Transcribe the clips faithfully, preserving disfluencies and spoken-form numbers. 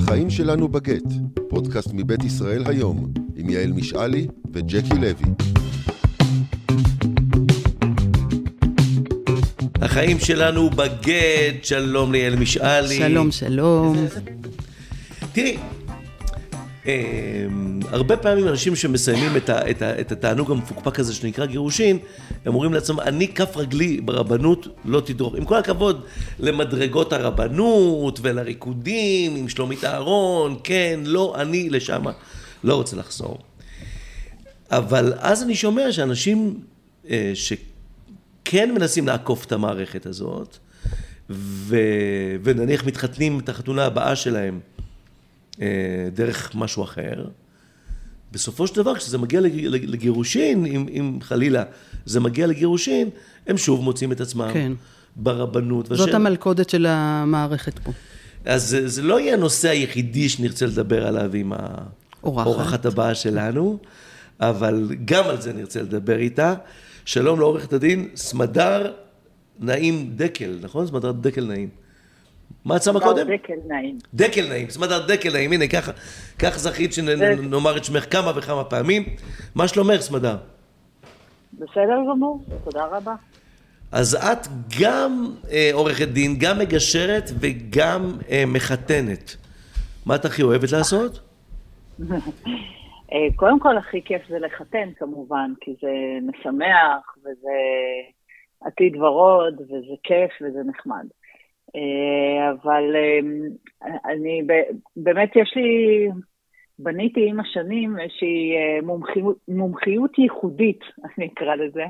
החיים שלנו בגט, פודקאסט מבית ישראל היום, עם יעל משעלי וג'קי לוי. החיים שלנו בגט, שלום ליעל משעלי. שלום, שלום. תראי, הרבה פעמים אנשים שמסיימים את, ה, את, ה, את התענוג המפוקפק הזה שנקרא גירושין, הם אומרים לעצמם, אני כף רגלי ברבנות לא תדרוך. עם כל הכבוד למדרגות הרבנות ולריקודים, עם שלומית אהרון, כן, לא, אני לשם לא רוצה לחזור. אבל אז אני שומע שאנשים אה, שכן מנסים לעקוף את המערכת הזאת, ו, ונניח מתחתנים את החתונה הבאה שלהם, דרך משהו אחר, בסופו של דבר, כשזה מגיע לגירושין, אם, אם חלילה זה מגיע לגירושין, הם שוב מוצאים את עצמם כן. ברבנות. זאת ושל... המלכודת של המערכת פה. אז זה, זה לא יהיה הנושא היחידי שנרצה לדבר עליו עם האורחת הבאה שלנו, אבל גם על זה נרצה לדבר איתה. שלום לעורכת הדין, סמדר נעים דקל, נכון? סמדר דקל נעים. מה את שמה קודם? דקל נעים. דקל נעים, סמדר דקל נעים, הנה, כך, כך זכית שנאמר את שמך כמה וכמה פעמים. מה שלומך, סמדר? בסדר גמור, תודה רבה. אז את גם אה, עורכת דין, גם מגשרת וגם אה, מחתנת. מה את הכי אוהבת לעשות? קודם כל, הכי כיף זה לחתן כמובן, כי זה משמח וזה עתיד ורוד וזה כיף וזה נחמד. אבל אני, באמת יש לי, בניתי עם השנים איזושהי מומחיות, מומחיות ייחודית, אני אקרא לזה,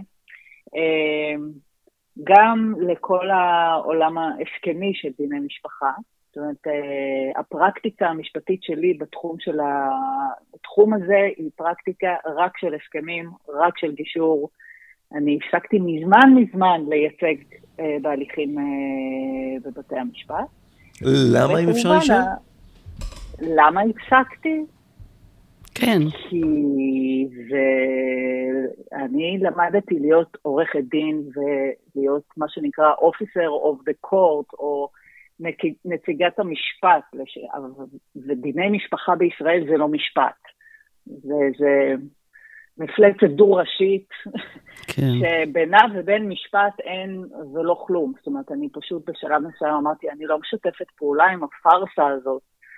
גם לכל העולם ההסכמי של דיני משפחה. זאת אומרת, הפרקטיקה המשפטית שלי בתחום של התחום הזה היא פרקטיקה רק של הסכמים, רק של גישור. אני הפסקתי מזמן מזמן לייצג אה, בהליכים אה, בבתי המשפט. למה אם אפשר לשאול? למה הפסקתי? כן. כי זה... אני למדתי להיות עורכת דין ולהיות מה שנקרא officer of the court או נציגת המשפט. לש... ודיני משפחה בישראל זה לא משפט. זה... זה... מפלצת דו-ראשית, כן. שבינה ובין משפט אין ולא כלום. זאת אומרת, אני פשוט בשלב מסוים אמרתי, אני לא משתפת פעולה עם הפרסה הזאת.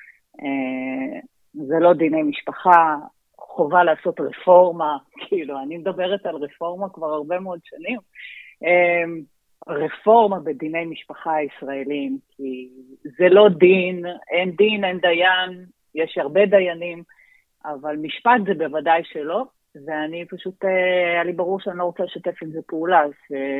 זה לא דיני משפחה, חובה לעשות רפורמה, כאילו, אני מדברת על רפורמה כבר הרבה מאוד שנים. רפורמה בדיני משפחה הישראלים, כי זה לא דין, אין דין, אין דיין, יש הרבה דיינים, אבל משפט זה בוודאי שלא. ואני פשוט, היה לי ברור שאני לא רוצה לשתף עם זה פעולה, אז,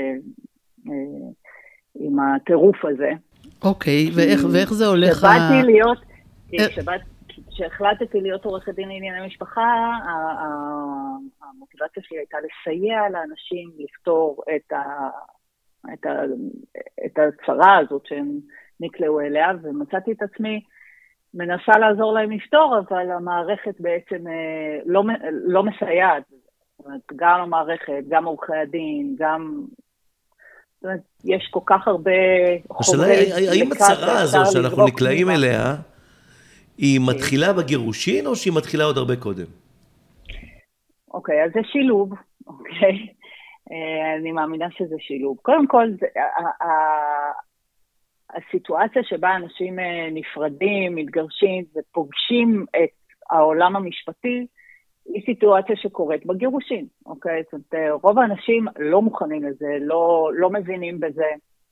עם הטירוף הזה. אוקיי, ואיך, ואיך זה הולך? שבאתי להיות, כשהחלטתי להיות עורכת דין לענייני משפחה, המוטיבציה שלי הייתה לסייע לאנשים לפתור את, ה, את, ה, את הצרה הזאת שהם נקלעו אליה, ומצאתי את עצמי, מנסה לעזור להם לפתור, אבל המערכת בעצם לא, לא מסייעת. זאת אומרת, גם המערכת, גם עורכי הדין, גם... זאת אומרת, יש כל כך הרבה... השאלה, האם הצרה הזו שאנחנו נקלעים אליה, היא מתחילה בגירושין, או שהיא מתחילה עוד הרבה קודם? אוקיי, אז זה שילוב, אוקיי? אני מאמינה שזה שילוב. קודם כל, זה... הסיטואציה שבה אנשים נפרדים, מתגרשים ופוגשים את העולם המשפטי, היא סיטואציה שקורית בגירושין, אוקיי? זאת אומרת, רוב האנשים לא מוכנים לזה, לא, לא מבינים בזה,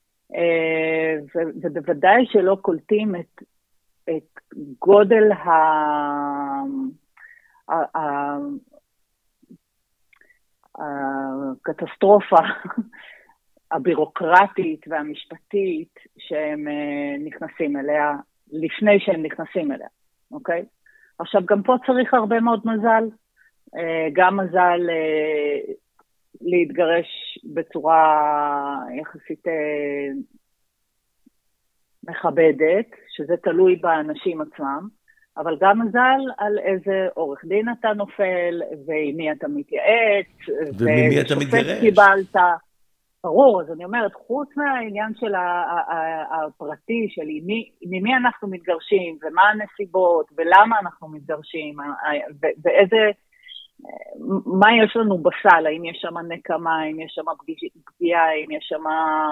ו- ובוודאי שלא קולטים את, את גודל ה... ה- ה- הקטסטרופה, הבירוקרטית והמשפטית שהם נכנסים אליה, לפני שהם נכנסים אליה, אוקיי? עכשיו, גם פה צריך הרבה מאוד מזל, גם מזל להתגרש בצורה יחסית מכבדת, שזה תלוי באנשים עצמם, אבל גם מזל על איזה עורך דין אתה נופל, ועם מי אתה מתייעץ, וממי אתה מתגרש. קיבלת, ברור, אז אני אומרת, חוץ מהעניין של הפרטי, של ממי אנחנו מתגרשים, ומה הנסיבות, ולמה אנחנו מתגרשים, ואיזה, מה יש לנו בסל, האם יש שם נקמה, האם יש שם פגיעה, האם יש שם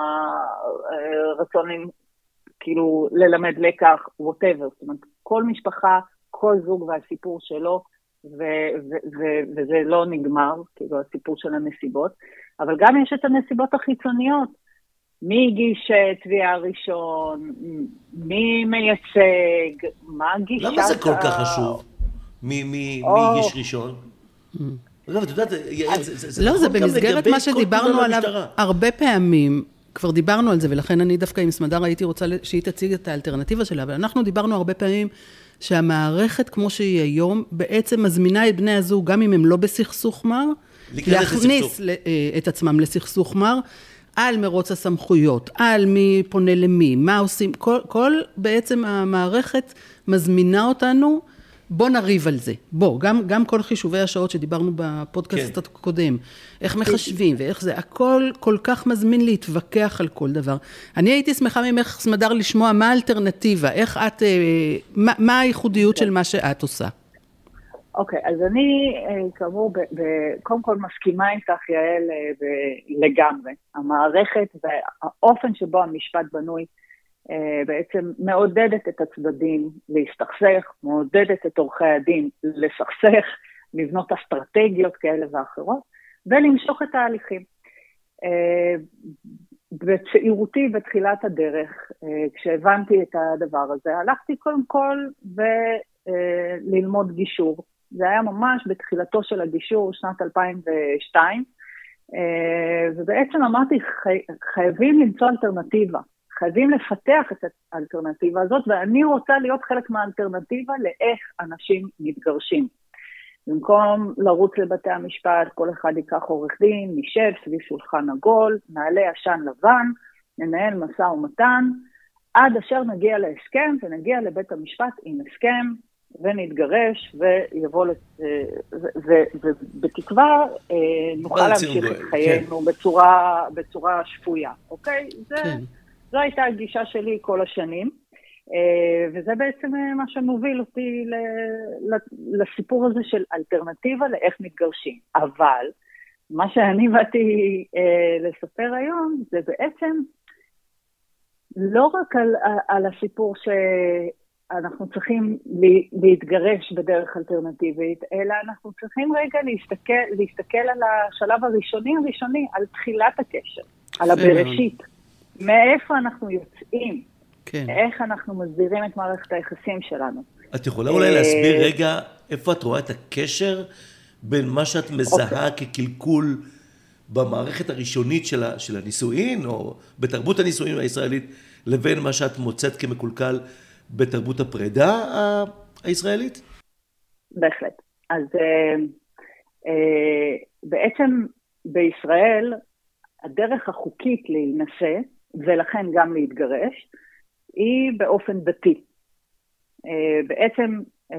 רצון כאילו ללמד לקח, whatever, זאת אומרת, כל משפחה, כל זוג והסיפור שלו, ו- ו- ו- וזה לא נגמר, כאילו הסיפור של הנסיבות, אבל גם יש את הנסיבות החיצוניות, מי הגיש תביעה ראשון, מי מייצג, מה גישת... למה זה כל כך חשוב? מי, מי, מי הגיש ראשון? אגב, את יודעת, לא, זה במסגרת מה שדיברנו עליו הרבה פעמים, כבר דיברנו על זה, ולכן אני דווקא עם סמדר הייתי רוצה שהיא תציג את האלטרנטיבה שלה, אבל אנחנו דיברנו הרבה פעמים שהמערכת כמו שהיא היום, בעצם מזמינה את בני הזוג, גם אם הם לא בסכסוך מר, להכניס את עצמם לסכסוך מר, על מרוץ הסמכויות, על מי פונה למי, מה עושים, כל, כל בעצם המערכת מזמינה אותנו, בוא נריב על זה, בוא, גם, גם כל חישובי השעות שדיברנו בפודקאסט כן. הקודם, איך מחשבים ואיך זה, הכל כל כך מזמין להתווכח על כל דבר. אני הייתי שמחה ממך, סמדר, לשמוע מה האלטרנטיבה, איך את, מה, מה הייחודיות של מה שאת עושה. אוקיי, okay, אז אני כאמור, קודם כל מסכימה איתך יעל לגמרי. המערכת והאופן שבו המשפט בנוי בעצם מעודדת את הצדדים להסתכסך, מעודדת את עורכי הדין לסכסך, לבנות אסטרטגיות כאלה ואחרות, ולמשוך את ההליכים. בצעירותי בתחילת הדרך, כשהבנתי את הדבר הזה, הלכתי קודם כל וללמוד גישור. זה היה ממש בתחילתו של הגישור, שנת אלפיים ושתיים, ובעצם אמרתי, חייבים למצוא אלטרנטיבה, חייבים לפתח את האלטרנטיבה הזאת, ואני רוצה להיות חלק מהאלטרנטיבה לאיך אנשים מתגרשים. במקום לרוץ לבתי המשפט, כל אחד ייקח עורך דין, נשב סביב שולחן עגול, נעלה עשן לבן, ננהל משא ומתן, עד אשר נגיע להסכם, ונגיע לבית המשפט עם הסכם, ונתגרש, ויבוא, ובתקווה נוכל להמשיך את חיינו בצורה, בצורה שפויה, אוקיי? זו הייתה הגישה שלי כל השנים, וזה בעצם מה שמוביל אותי לסיפור הזה של אלטרנטיבה לאיך מתגרשים. אבל מה שאני באתי לספר היום, זה בעצם לא רק על, על הסיפור ש... אנחנו צריכים להתגרש בדרך אלטרנטיבית, אלא אנחנו צריכים רגע להסתכל, להסתכל על השלב הראשוני הראשוני, על תחילת הקשר, על הבראשית. מאיפה אנחנו יוצאים, כן. איך אנחנו מסבירים את מערכת היחסים שלנו. את יכולה אולי להסביר רגע איפה את רואה את הקשר בין מה שאת מזהה אוקיי. כקלקול במערכת הראשונית של, ה, של הנישואין, או בתרבות הנישואין הישראלית, לבין מה שאת מוצאת כמקולקל בתרבות הפרידה הישראלית? בהחלט. אז בעצם בישראל הדרך החוקית להינשא, ולכן גם להתגרש, היא באופן דתי. בעצם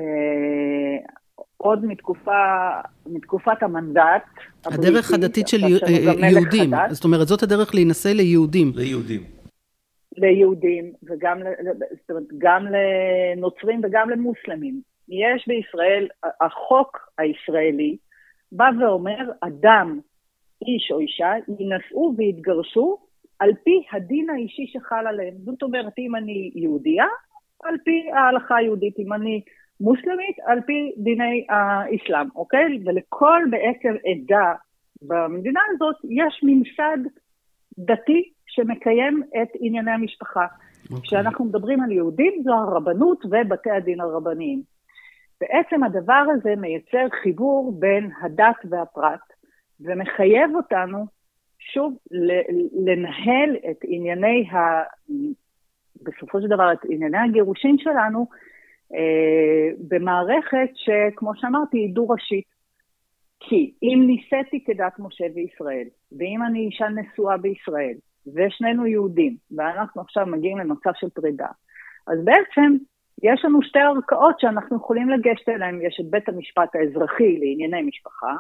עוד מתקופה, מתקופת המנדט, הדרך הדתית של יהודים, זאת אומרת, זאת הדרך להינשא ליהודים. ליהודים. ליהודים, וגם זאת אומרת, גם לנוצרים וגם למוסלמים. יש בישראל, החוק הישראלי בא ואומר, אדם, איש או אישה, יינשאו והתגרשו על פי הדין האישי שחל עליהם. זאת אומרת, אם אני יהודייה, על פי ההלכה היהודית, אם אני מוסלמית, על פי דיני האסלאם, אוקיי? ולכל בעצם עדה במדינה הזאת, יש ממסד דתי שמקיים את ענייני המשפחה. Okay. כשאנחנו מדברים על יהודים, זו הרבנות ובתי הדין הרבניים. בעצם הדבר הזה מייצר חיבור בין הדת והפרט, ומחייב אותנו, שוב, לנהל את ענייני, ה... בסופו של דבר, את ענייני הגירושין שלנו, אה, במערכת שכמו שאמרתי, היא דו-ראשית. כי אם ניסיתי כדת משה וישראל, ואם אני אישה נשואה בישראל, ושנינו יהודים, ואנחנו עכשיו מגיעים למצב של פרידה, אז בעצם יש לנו שתי ערכאות שאנחנו יכולים לגשת אליהם. יש את בית המשפט האזרחי לענייני משפחה,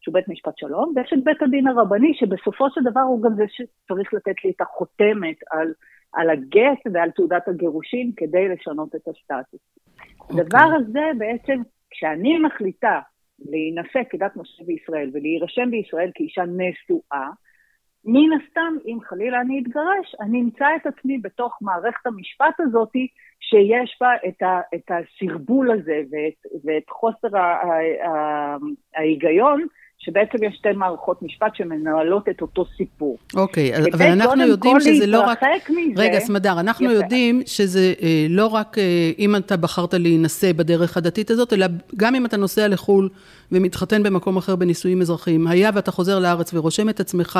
שהוא בית משפט שלום, ויש את בית הדין הרבני, שבסופו של דבר הוא גם זה שצריך לתת לי את החותמת על, על הגט ועל תעודת הגירושים, כדי לשנות את הסטטוס. Okay. הדבר הזה בעצם, כשאני מחליטה להינשא כדת משה בישראל, ולהירשם בישראל כאישה נשואה, מן הסתם, אם חלילה אני אתגרש, אני אמצא את עצמי בתוך מערכת המשפט הזאת, שיש בה את, ה, את הסרבול הזה, ואת, ואת חוסר ה, ה, ה, ההיגיון, שבעצם יש שתי מערכות משפט שמנהלות את אותו סיפור. אוקיי, אבל אנחנו יודעים שזה לא רק... רגע, סמדר, אנחנו יודעים שזה לא רק אם אתה בחרת להינשא בדרך הדתית הזאת, אלא גם אם אתה נוסע לחול ומתחתן במקום אחר בנישואים אזרחיים, היה ואתה חוזר לארץ ורושם את עצמך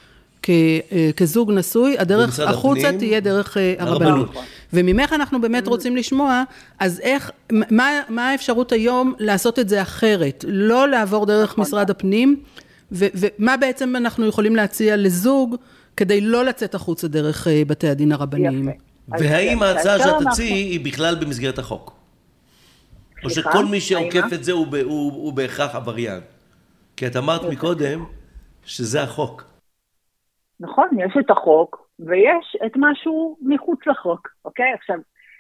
כזוג נשוי, הדרך החוצה תהיה דרך הרבנות. וממך אנחנו באמת רוצים לשמוע, אז איך, מה האפשרות היום לעשות את זה אחרת? לא לעבור דרך משרד הפנים, ומה בעצם אנחנו יכולים להציע לזוג, כדי לא לצאת החוצה דרך בתי הדין הרבניים? והאם ההצעה שאת תציעי היא בכלל במסגרת החוק? או שכל מי שעוקף את זה הוא בהכרח עבריין? כי את אמרת מקודם שזה החוק. נכון, יש את החוק, ויש את משהו מחוץ לחוק, אוקיי? עכשיו,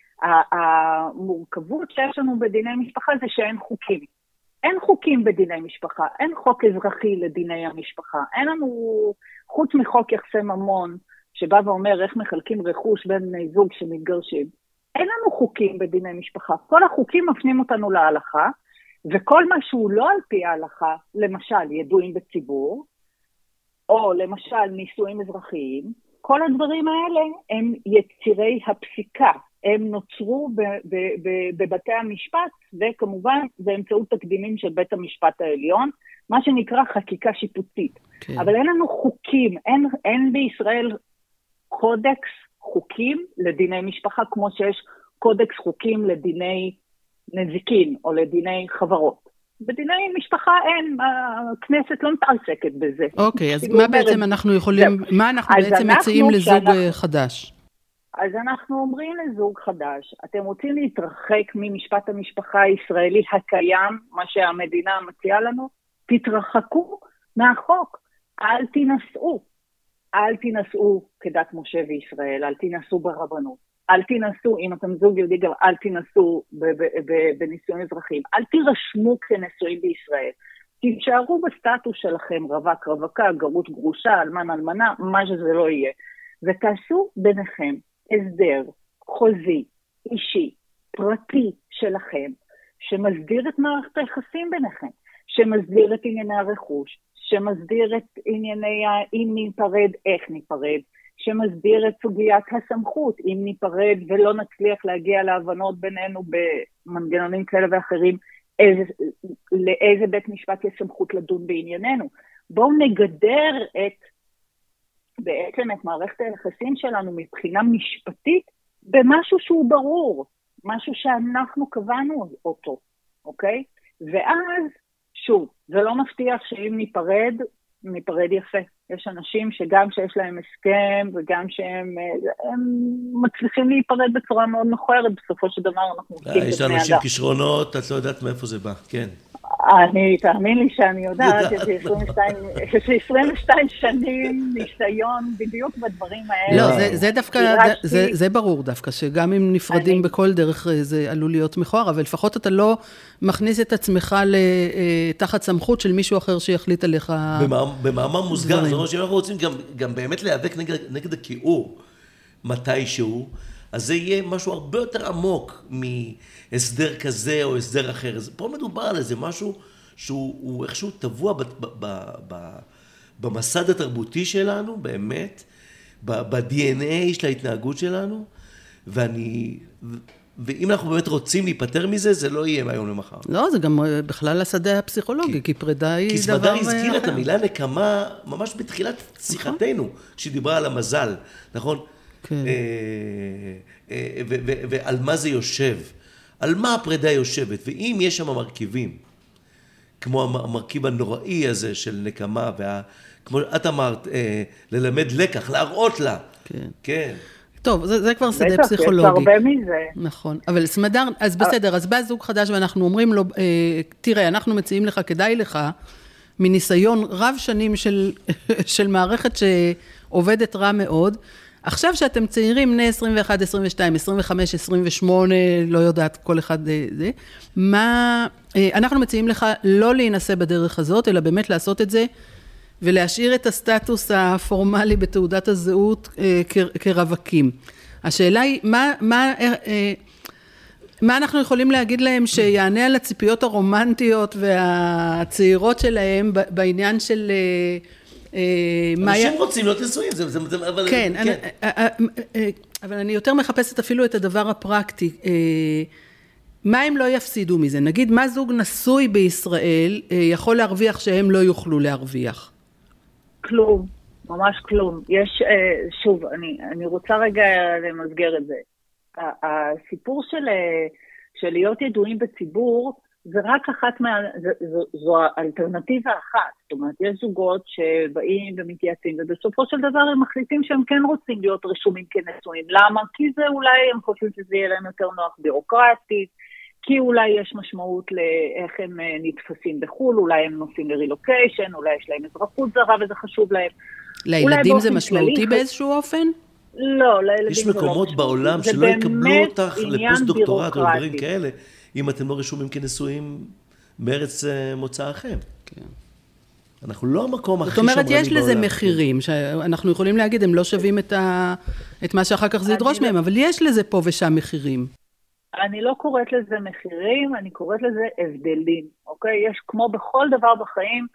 המורכבות שיש לנו בדיני משפחה זה שאין חוקים. אין חוקים בדיני משפחה, אין חוק אזרחי לדיני המשפחה, אין לנו, חוץ מחוק יחסי ממון, שבא ואומר איך מחלקים רכוש בין בני זוג שמתגרשים, אין לנו חוקים בדיני משפחה. כל החוקים מפנים אותנו להלכה, וכל מה שהוא לא על פי ההלכה, למשל ידועים בציבור, או למשל נישואים אזרחיים, כל הדברים האלה הם יצירי הפסיקה, הם נוצרו ב- ב- ב- בבתי המשפט, וכמובן באמצעות תקדימים של בית המשפט העליון, מה שנקרא חקיקה שיפוטית. כן. אבל אין לנו חוקים, אין, אין בישראל קודקס חוקים לדיני משפחה, כמו שיש קודקס חוקים לדיני נזיקין או לדיני חברות. בדיני משפחה אין, הכנסת לא מתעסקת בזה. אוקיי, אז מה בעצם אנחנו יכולים, מה אנחנו בעצם מציעים לזוג חדש? אז אנחנו אומרים לזוג חדש, אתם רוצים להתרחק ממשפט המשפחה הישראלי הקיים, מה שהמדינה מציעה לנו, תתרחקו מהחוק, אל תנסעו, אל תנסעו כדת משה וישראל, אל תנסעו ברבנות. אל תנסו, אם אתם זוג יהודי גם, אל תנסו בנישואים אזרחיים, אל תירשמו כנשואים בישראל, תישארו בסטטוס שלכם, רווק, רווקה, גרות, גרושה, אלמן, אלמנה, מה שזה לא יהיה, ותעשו ביניכם הסדר חוזי, אישי, פרטי שלכם, שמסדיר את מערכת היחסים ביניכם, שמסדיר את ענייני הרכוש, שמסדיר את ענייני אם ניפרד, איך ניפרד, שמסביר את סוגיית הסמכות, אם ניפרד ולא נצליח להגיע להבנות בינינו במנגנונים כאלה ואחרים, איזה, לאיזה בית משפט יש סמכות לדון בענייננו. בואו נגדר את, בעצם את מערכת היחסים שלנו מבחינה משפטית, במשהו שהוא ברור, משהו שאנחנו קבענו אותו, אוקיי? ואז, שוב, זה לא מבטיח שאם ניפרד, ניפרד יפה. יש אנשים שגם שיש להם הסכם, וגם שהם הם מצליחים להיפרד בצורה מאוד מכוערת, בסופו של דבר אנחנו עושים את בני אדם. יש לאנשים כישרונות, את לא יודעת מאיפה זה בא, כן. אני, תאמין לי שאני יודעת, יש לי עשרים ושתיים שנים ניסיון בדיוק בדברים האלה. לא, זה דווקא, זה ברור דווקא, שגם אם נפרדים בכל דרך זה עלול להיות מכוער, אבל לפחות אתה לא מכניס את עצמך תחת סמכות של מישהו אחר שיחליט עליך. במאמר מוסגר, זאת אומרת שאנחנו רוצים גם באמת להיאבק נגד הכיעור מתישהו, אז זה יהיה משהו הרבה יותר עמוק מהסדר כזה או הסדר אחר. פה מדובר על איזה משהו שהוא איכשהו טבוע במסד התרבותי שלנו, באמת, ב-די אן איי של ההתנהגות שלנו, ואני, ואם אנחנו באמת רוצים להיפטר מזה, זה לא יהיה מהיום למחר. לא, זה גם בכלל השדה הפסיכולוגי, כי פרידה היא דבר... כי סמדר הזכירה את המילה נקמה ממש בתחילת שיחתנו, כשהיא דיברה על המזל, נכון? כן. ועל מה זה יושב, על מה הפרידה יושבת, ואם יש שם מרכיבים, כמו המרכיב הנוראי הזה של נקמה, כמו את אמרת, ללמד לקח, להראות לה. כן. כן. טוב, זה, זה כבר שדה פסיכולוגי. יש הרבה מזה. נכון, אבל סמדר, אז בסדר, אז בא זוג חדש ואנחנו אומרים לו, תראה, אנחנו מציעים לך, כדאי לך מניסיון רב שנים של, של מערכת שעובדת רע מאוד. עכשיו שאתם צעירים, בני עשרים ואחת, עשרים ושתיים, עשרים וחמש, עשרים ושמונה, לא יודעת כל אחד זה, מה, אנחנו מציעים לך לא להינשא בדרך הזאת, אלא באמת לעשות את זה, ולהשאיר את הסטטוס הפורמלי בתעודת הזהות כרווקים. השאלה היא, מה, מה, מה אנחנו יכולים להגיד להם שיענה על הציפיות הרומנטיות והצעירות שלהם בעניין של... אנשים רוצים להיות נשואים, אבל... כן, אבל אני יותר מחפשת אפילו את הדבר הפרקטי. מה הם לא יפסידו מזה? נגיד, מה זוג נשוי בישראל יכול להרוויח שהם לא יוכלו להרוויח? כלום, ממש כלום. יש, שוב, אני, אני רוצה רגע למסגר את זה. הסיפור של, של להיות ידועים בציבור, זה רק אחת מה... זו, זו, זו האלטרנטיבה אחת. זאת אומרת, יש זוגות שבאים ומתייעצים, ובסופו של דבר הם מחליטים שהם כן רוצים להיות רשומים כנשואים. למה? כי זה אולי, הם חושבים שזה יהיה להם יותר נוח בירוקרטית, כי אולי יש משמעות לאיך הם נתפסים בחול, אולי הם נוסעים לרילוקיישן, אולי יש להם אזרחות זרה וזה חשוב להם. לילדים זה משמעותי באיזשהו אופן? לא, לילדים יש מקומות בעולם שלא יקבלו אותך לפוסט דוקטורט או דברים כאלה, אם אתם לא רשומים כנשואים מארץ מוצאכם. כן. אנחנו לא המקום הכי שמרני בעולם. זאת אומרת, יש לזה מחירים, שאנחנו יכולים להגיד, הם לא שווים את, ה... את מה שאחר כך זה ידרוש מהם, אבל יש לזה פה ושם מחירים. אני לא קוראת לזה מחירים, אני קוראת לזה הבדלים, אוקיי? יש כמו בכל דבר בחיים,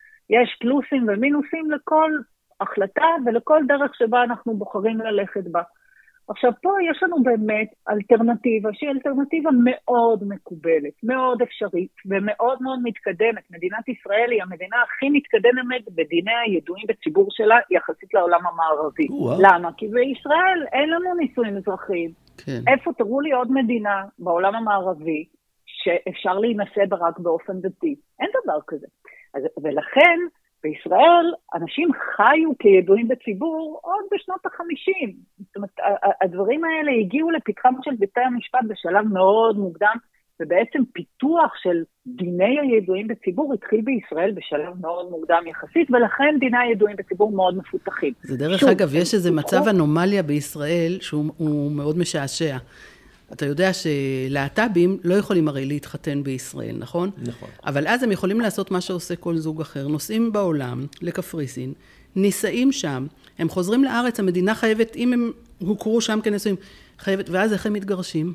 יש פלוסים ומינוסים לכל החלטה ולכל דרך שבה אנחנו בוחרים ללכת בה. עכשיו פה יש לנו באמת אלטרנטיבה, שהיא אלטרנטיבה מאוד מקובלת, מאוד אפשרית ומאוד מאוד מתקדמת. מדינת ישראל היא המדינה הכי מתקדמת בדיני הידועים בציבור שלה יחסית לעולם המערבי. למה? כי בישראל אין לנו נישואים אזרחיים. כן. איפה תראו לי עוד מדינה בעולם המערבי שאפשר להינשא בה רק באופן דתי? אין דבר כזה. אז, ולכן בישראל אנשים חיו כידועים בציבור עוד בשנות החמישים. זאת אומרת, הדברים האלה הגיעו לפתחם של בתי המשפט בשלב מאוד מוקדם, ובעצם פיתוח של דיני הידועים בציבור התחיל בישראל בשלב מאוד מוקדם יחסית, ולכן דיני הידועים בציבור מאוד מפותחים. זה דרך שוב, אגב, יש איזה מצב אנומליה בישראל שהוא מאוד משעשע. אתה יודע שלהט"בים לא יכולים הרי להתחתן בישראל, נכון? נכון. אבל אז הם יכולים לעשות מה שעושה כל זוג אחר, נוסעים בעולם לקפריסין, נישאים שם, הם חוזרים לארץ, המדינה חייבת, אם הם הוכרו שם כנשואים, חייבת, ואז איך הם מתגרשים?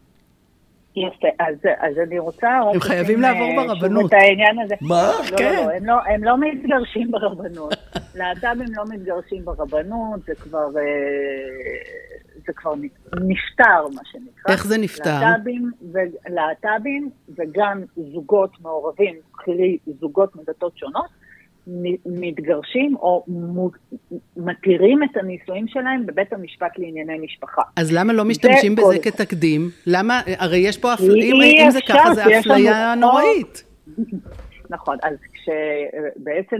יפה, אז, אז אני רוצה... הם חייבים לעבור ברבנות. את העניין הזה. מה? לא, כן. לא, לא, הם לא, הם לא מתגרשים ברבנות. להט"בים לא מתגרשים ברבנות, זה כבר, זה כבר נפטר, מה שנקרא. איך זה נפטר? להט"בים, להט"בים וגם זוגות מעורבים, קרי זוגות מדתות שונות, מתגרשים או מתירים את הנישואים שלהם בבית המשפט לענייני משפחה. אז למה לא משתמשים בזה כתקדים? למה? הרי יש פה אפליה, אם זה ככה זה אפליה נוראית. נכון, אז כשבעצם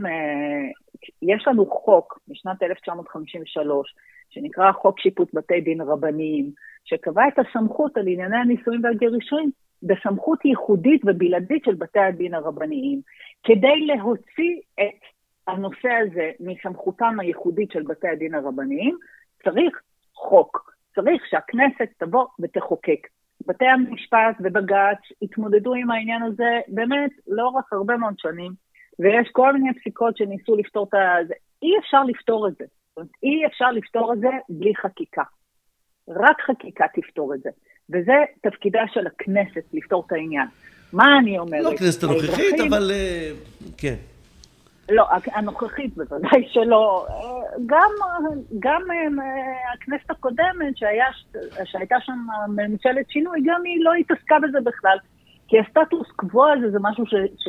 יש לנו חוק משנת אלף תשע מאות חמישים ושלוש, שנקרא חוק שיפוט בתי דין רבניים, שקבע את הסמכות על ענייני הנישואים והגירושים, בסמכות ייחודית ובלעדית של בתי הדין הרבניים, כדי להוציא את הנושא הזה מסמכותם הייחודית של בתי הדין הרבניים, צריך חוק, צריך שהכנסת תבוא ותחוקק. בתי המשפט ובג"ץ התמודדו עם העניין הזה באמת לאורך הרבה מאוד שנים, ויש כל מיני פסיקות שניסו לפתור את זה. אי אפשר לפתור את זה. אי אפשר לפתור את זה בלי חקיקה. רק חקיקה תפתור את זה. וזה תפקידה של הכנסת לפתור את העניין. מה אני אומרת? לא הכנסת הנוכחית, אבל כן. לא, הנוכחית בוודאי שלא. גם, גם הכנסת הקודמת שהיה, שהייתה שם ממשלת שינוי, גם היא לא התעסקה בזה בכלל. כי הסטטוס קבוע הזה זה משהו ש, ש,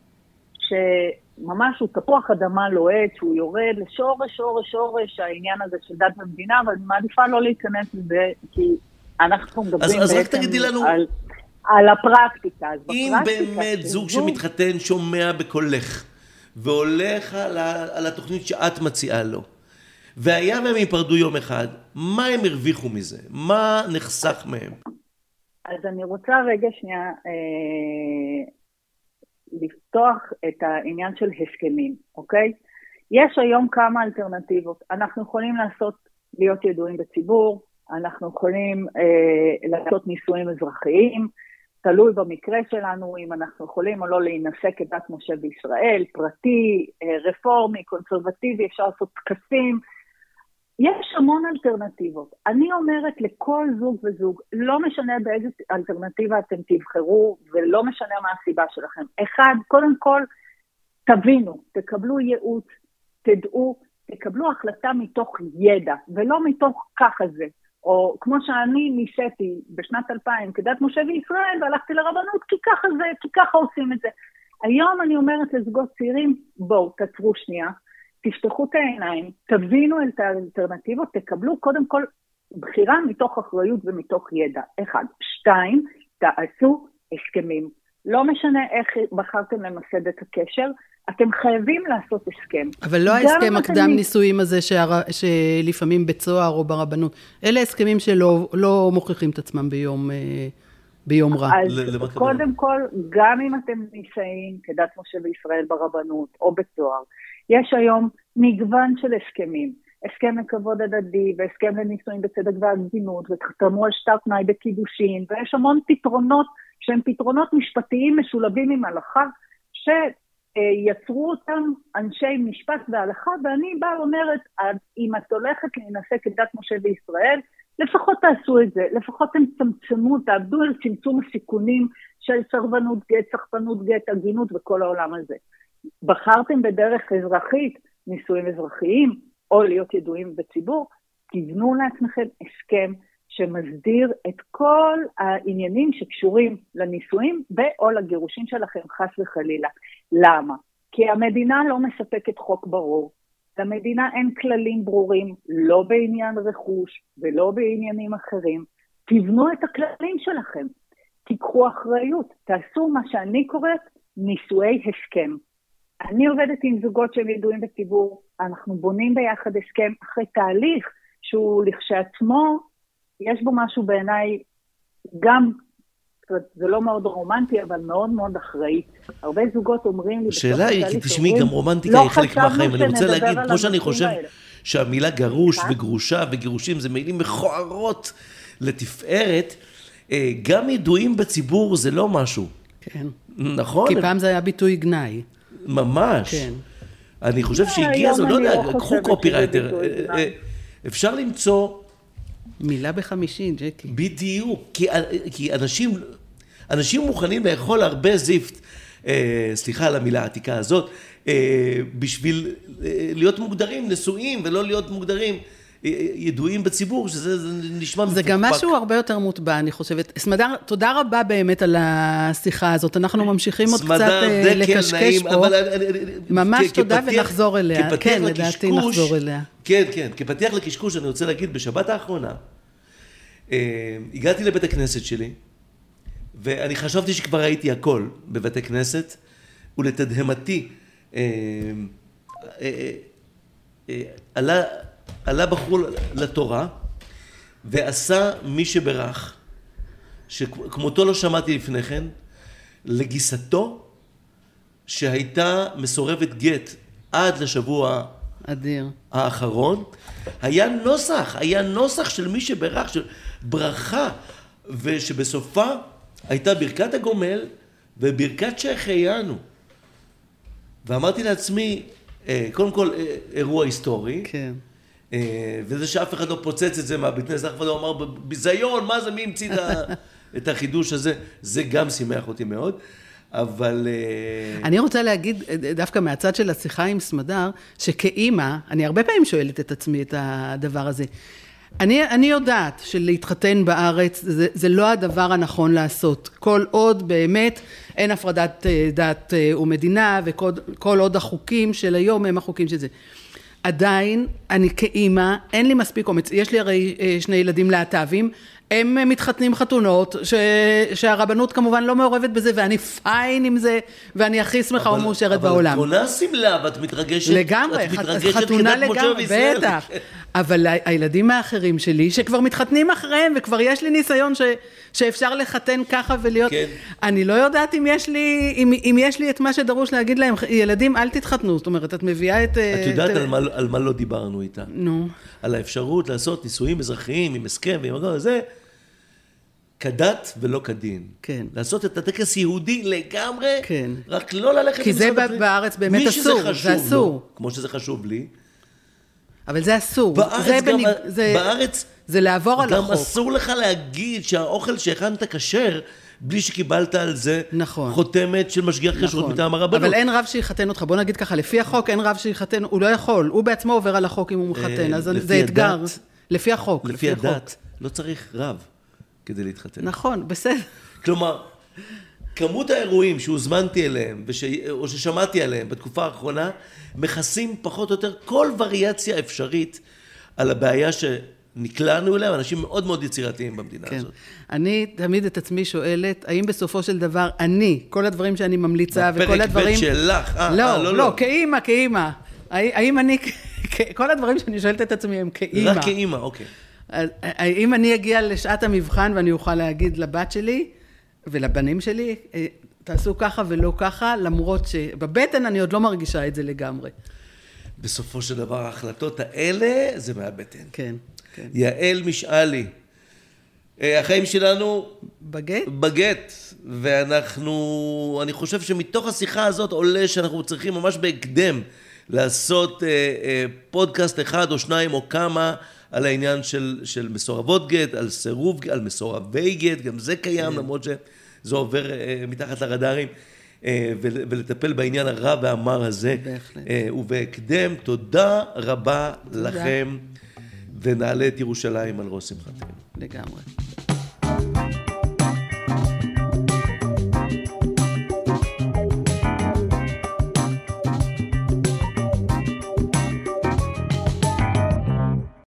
שממש הוא תפוח אדמה לוהט, שהוא יורד לשורש, שורש, שורש, העניין הזה של דת במדינה, אבל אני מעדיפה לא להיכנס לזה, כי אנחנו מדברים אז, אז בעצם לנו, על, על הפרקטיקה. אז אם באמת זוג זוג שמתחתן שומע בקולך, והולך על, ה, על התוכנית שאת מציעה לו, והיה והם ייפרדו יום אחד, מה הם הרוויחו מזה? מה נחסך מהם? אז אני רוצה רגע שנייה אה, לפתוח את העניין של הסכמים, אוקיי? יש היום כמה אלטרנטיבות. אנחנו יכולים לעשות, להיות ידועים בציבור, אנחנו יכולים אה, לעשות נישואים אזרחיים, תלוי במקרה שלנו, אם אנחנו יכולים או לא להינשא כדת משה בישראל, פרטי, אה, רפורמי, קונסרבטיבי, אפשר לעשות טקסים, יש המון אלטרנטיבות. אני אומרת לכל זוג וזוג, לא משנה באיזה אלטרנטיבה אתם תבחרו, ולא משנה מה הסיבה שלכם. אחד, קודם כל, תבינו, תקבלו ייעוץ, תדעו, תקבלו החלטה מתוך ידע, ולא מתוך ככה זה. או כמו שאני ניסיתי בשנת אלפיים כדת משה וישראל, והלכתי לרבנות, כי ככה זה, כי ככה עושים את זה. היום אני אומרת לזוגות צעירים, בואו, תעצרו שנייה, תפתחו את העיניים, תבינו את האלטרנטיבות, תקבלו קודם כל בחירה מתוך אחריות ומתוך ידע. אחד. שתיים, תעשו הסכמים. לא משנה איך בחרתם למסד את הקשר, אתם חייבים לעשות הסכם. אבל לא ההסכם הקדם נישואים הזה שהר... שלפעמים בצוהר או ברבנות. אלה הסכמים שלא לא מוכיחים את עצמם ביום, ביום רע. אז קודם כל, גם אם אתם נישאים כדת משה וישראל ברבנות או בצוהר, יש היום מגוון של הסכמים. הסכם לכבוד הדדי, והסכם לנישואים בצדק והגינות, ותחתמו על שטר תנאי בקידושין, ויש המון פתרונות שהם פתרונות משפטיים משולבים עם הלכה, שיצרו אותם אנשי משפט והלכה, ואני באה אומרת, אם את הולכת להינשא כדת משה וישראל, לפחות תעשו את זה, לפחות הם צמצמו, תעבדו על צמצום הסיכונים של סרבנות גט, סחפנות גט, הגינות וכל העולם הזה. בחרתם בדרך אזרחית, נישואים אזרחיים, או להיות ידועים בציבור, תבנו לעצמכם הסכם שמסדיר את כל העניינים שקשורים לנישואים ואו לגירושים שלכם חס וחלילה. למה? כי המדינה לא מספקת חוק ברור. למדינה אין כללים ברורים, לא בעניין רכוש ולא בעניינים אחרים. תבנו את הכללים שלכם. תיקחו אחריות. תעשו מה שאני קוראת נישואי הסכם. אני עובדת עם זוגות שהם ידועים בציבור, אנחנו בונים ביחד הסכם אחרי תהליך שהוא לכשעצמו, יש בו משהו בעיניי גם, זה לא מאוד רומנטי, אבל מאוד מאוד אחראי. הרבה זוגות אומרים לי, שאלה היא, כי תשמעי, גם רומנטיקה היא חלק מהחיים, אני רוצה להגיד, כמו שאני חושב שהמילה גרוש וגרושה וגירושים זה מילים מכוערות לתפארת, גם ידועים בציבור זה לא משהו. כן. נכון? כי פעם זה היה ביטוי גנאי. ממש. כן. אני חושב שהגיע הזו, לא יודע, קחו קופירייטר. אפשר למצוא... מילה בחמישין, ג'קי. בדיוק. כי, כי אנשים, אנשים מוכנים לאכול הרבה זיפט, אה, סליחה על המילה העתיקה הזאת, אה, בשביל אה, להיות מוגדרים נשואים ולא להיות מוגדרים ידועים בציבור, שזה נשמע מפוקפק. זה גם משהו הרבה יותר מוטבע, אני חושבת. סמדר, תודה רבה באמת על השיחה הזאת. אנחנו ממשיכים עוד קצת לקשקש פה. ממש תודה ונחזור אליה. כן, לדעתי נחזור אליה. כן, כן. כפתיח לקשקוש, אני רוצה להגיד, בשבת האחרונה, הגעתי לבית הכנסת שלי, ואני חשבתי שכבר ראיתי הכל בבית הכנסת, ולתדהמתי, עלה... עלה בחור לתורה ועשה מי שברך, שכמותו לא שמעתי לפני כן, לגיסתו שהייתה מסורבת גט עד לשבוע אדיר. האחרון, היה נוסח, היה נוסח של מי שברך, של ברכה, ושבסופה הייתה ברכת הגומל וברכת שהחיינו. ואמרתי לעצמי, קודם כל אירוע היסטורי, כן. וזה שאף אחד לא פוצץ את זה מהבית כנסת, אף אחד לא אמר ביזיון, מה זה, מי המציא את החידוש הזה, זה גם שימח אותי מאוד, אבל... אני רוצה להגיד, דווקא מהצד של השיחה עם סמדר, שכאימא, אני הרבה פעמים שואלת את עצמי את הדבר הזה, אני, אני יודעת שלהתחתן בארץ זה, זה לא הדבר הנכון לעשות, כל עוד באמת אין הפרדת דת ומדינה, וכל עוד החוקים של היום הם החוקים של זה. עדיין, אני כאימא, אין לי מספיק אומץ, יש לי הרי שני ילדים להט"בים, הם מתחתנים חתונות, ש... שהרבנות כמובן לא מעורבת בזה, ואני פיין עם זה, ואני הכי שמחה ומאושרת בעולם. אבל את קונה סמלה, ואת מתרגשת, לגמרי, את מתרגשת חתונה כדת משה לגמרי, וישראל. בטח. אבל הילדים האחרים שלי, שכבר מתחתנים אחריהם, וכבר יש לי ניסיון ש... שאפשר לחתן ככה ולהיות... כן. אני לא יודעת אם יש לי, אם, אם יש לי את מה שדרוש להגיד להם, ילדים, אל תתחתנו, זאת אומרת, את מביאה את... את יודעת את... על, מה, על מה לא דיברנו איתה? נו. על האפשרות לעשות נישואים אזרחיים עם הסכם ועם הכל הזה, כדת ולא כדין. כן. לעשות את הטקס יהודי לגמרי, כן. רק לא ללכת... כי זה בארץ באמת אסור, זה אסור. לו, כמו שזה חשוב לי. אבל זה אסור. בארץ זה גם, בניג... זה... בארץ... זה לעבור על החוק. גם אסור לך להגיד שהאוכל שהכנת כשר, בלי שקיבלת על זה נכון. חותמת של משגיח כשרות נכון. מטעם הרבנות. אבל אין רב שיחתן אותך, בוא נגיד ככה, לפי החוק אין רב שיחתן, הוא לא יכול, הוא בעצמו עובר על החוק אם הוא מחתן, אז זה אתגר. לפי החוק. לפי הדת, לא צריך רב כדי להתחתן. נכון, בסדר. כלומר, כמות האירועים שהוזמנתי אליהם, וש... או ששמעתי עליהם בתקופה האחרונה, מכסים פחות או יותר כל וריאציה אפשרית על הבעיה שנקלענו אליה, אנשים מאוד מאוד יצירתיים במדינה כן. הזאת. אני תמיד את עצמי שואלת, האם בסופו של דבר אני, כל הדברים שאני ממליצה וכל הדברים... בפרק ב' שלך, אה, לא, אה, לא, לא, לא, לא. כאימא, כאימא. האם אני, כל הדברים שאני שואלת את עצמי הם כאימא. רק כאימא, אוקיי. האם אני אגיע לשעת המבחן ואני אוכל להגיד לבת שלי ולבנים שלי, תעשו ככה ולא ככה, למרות שבבטן אני עוד לא מרגישה את זה לגמרי. בסופו של דבר, ההחלטות האלה זה מהבטן. כן, כן. יעל משאלי, החיים שלנו בגט? בגט, ואנחנו, אני חושב שמתוך השיחה הזאת עולה שאנחנו צריכים ממש בהקדם לעשות אה, אה, פודקאסט אחד או שניים או כמה על העניין של, של מסורבות גט, על סירוב, על מסורבי גט, גם זה קיים, למרות שזה עובר אה, מתחת לרדארים, אה, ולטפל בעניין הרע והמר הזה. בהחלט. אה, ובהקדם, תודה רבה תודה. לכם, ונעלה את ירושלים על ראש שמחתנו. לגמרי.